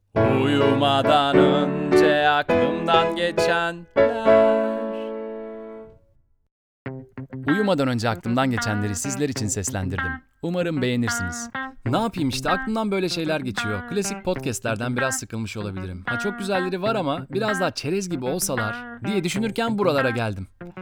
Uyumadan önce aklımdan geçenler. Uyumadan önce aklımdan geçenleri sizler için seslendirdim. Umarım beğenirsiniz. Ne yapayım işte aklımdan böyle şeyler geçiyor. Klasik podcastlerden biraz sıkılmış olabilirim. Çok güzelleri var ama biraz daha çerez gibi olsalar diye düşünürken buralara geldim.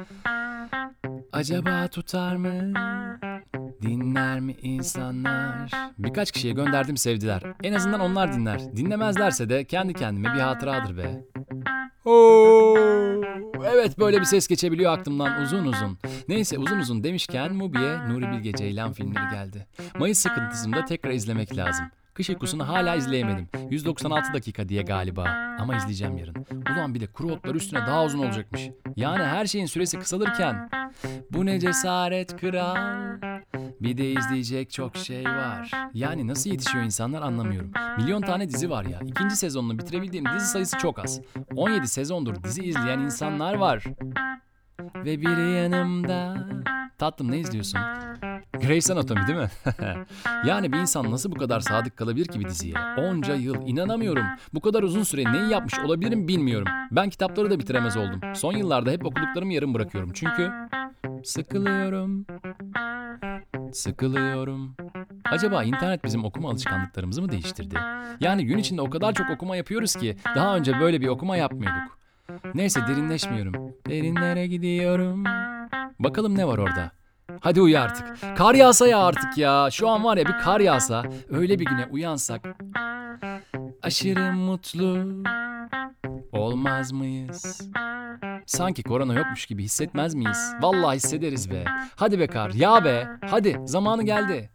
Acaba tutar mı? Dinler mi insanlar? Birkaç kişiye gönderdim, sevdiler. En azından onlar dinler. Dinlemezlerse de kendi kendime bir hatıradır be. Oo, evet, böyle bir ses geçebiliyor aklımdan uzun uzun. Neyse, uzun uzun demişken Mubi'ye Nuri Bilge Ceylan filmleri geldi. Mayıs sıkıntısında tekrar izlemek lazım. Kış Uykusu'nu hala izleyemedim. 196 dakika diye galiba. Ama izleyeceğim yarın. Ulan bir de kuru otlar üstüne daha uzun olacakmış. Yani her şeyin süresi kısalırken. Bu ne cesaret kral. Bir de izleyecek çok şey var. Yani nasıl yetişiyor insanlar anlamıyorum. Milyon tane dizi var ya. İkinci sezonunu bitirebildiğim dizi sayısı çok az. 17 sezondur dizi izleyen insanlar var. Ve biri yanımda. Tatlım, ne izliyorsun? Grey's Anatomy değil mi? Yani bir insan nasıl bu kadar sadık kalabilir ki bir diziye? Onca yıl, inanamıyorum. Bu kadar uzun süre neyi yapmış olabilirim bilmiyorum. Ben kitapları da bitiremez oldum. Son yıllarda hep okuduklarımı yarım bırakıyorum. Çünkü sıkılıyorum. Sıkılıyorum. Acaba internet bizim okuma alışkanlıklarımızı mı değiştirdi? Yani gün içinde o kadar çok okuma yapıyoruz ki daha önce böyle bir okuma yapmıyorduk. Neyse, derinleşmiyorum. Derinlere gidiyorum. Bakalım ne var orada? Hadi uyu artık. Kar yağsa ya artık ya. Şu an var ya, bir kar yağsa, öyle bir güne uyansak. Aşırı mutlu olmaz mıyız? Sanki korona yokmuş gibi hissetmez miyiz? Vallahi hissederiz be. Hadi be kar, yağ be. Hadi, zamanı geldi.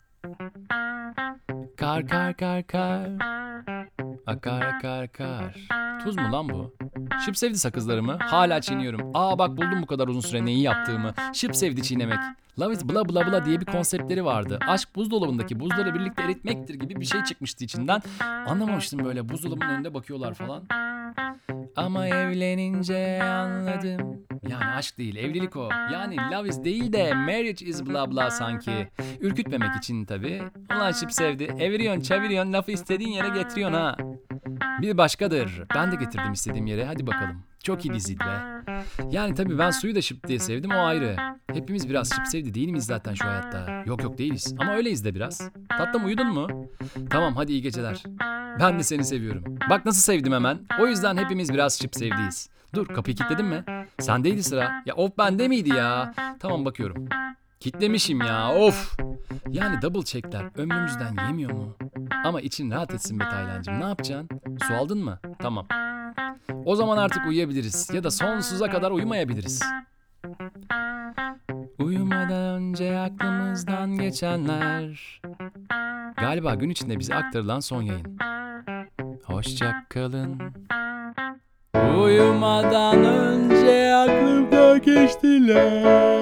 Kar kar kar kar. Akar akar kar. Tuz mu lan bu? Şıp sevdi sakızlarımı. Hala çiğniyorum. Bak, buldum bu kadar uzun süre neyi yaptığımı. Şıp sevdi çiğnemek. Love is bla bla bla diye bir konseptleri vardı. Aşk buzdolabındaki buzları birlikte eritmektir gibi bir şey çıkmıştı içinden. Anlamamıştım, böyle buzdolabının önünde bakıyorlar falan. Ama evlenince anladım. Yani aşk değil, evlilik o. Yani love is değil de marriage is bla bla sanki. Ürkütmemek için tabii. Ulan şıp sevdi. Eviriyorsun çeviriyorsun, lafı istediğin yere getiriyorsun ha. Bir başkadır. Ben de getirdim istediğim yere, hadi bakalım. Çok iyi diziydi be. Yani tabii ben suyu da şıp diye sevdim, o ayrı. Hepimiz biraz şıp sevdi değil miyiz zaten şu hayatta? Yok değiliz ama öyleyiz de biraz. Tatlım, uyudun mu? Tamam, hadi iyi geceler. Ben de seni seviyorum. Bak nasıl sevdim hemen. O yüzden hepimiz biraz şıp sevdiyiz. Dur, kapıyı kilitledin mi? Sendeydi sıra. Ya of, bende miydi ya? Tamam, bakıyorum. Kitlemişim ya, of. Yani double checkler ömrümüzden yemiyor mu? Ama için rahat etsin be Taylancığım, ne yapacaksın? Su aldın mı? Tamam. O zaman artık uyuyabiliriz ya da sonsuza kadar uyumayabiliriz. Uyumadan önce aklımızdan geçenler. Galiba gün içinde bize aktarılan son yayın. Hoşça kalın. Uyumadan önce aklımdan geçtiler.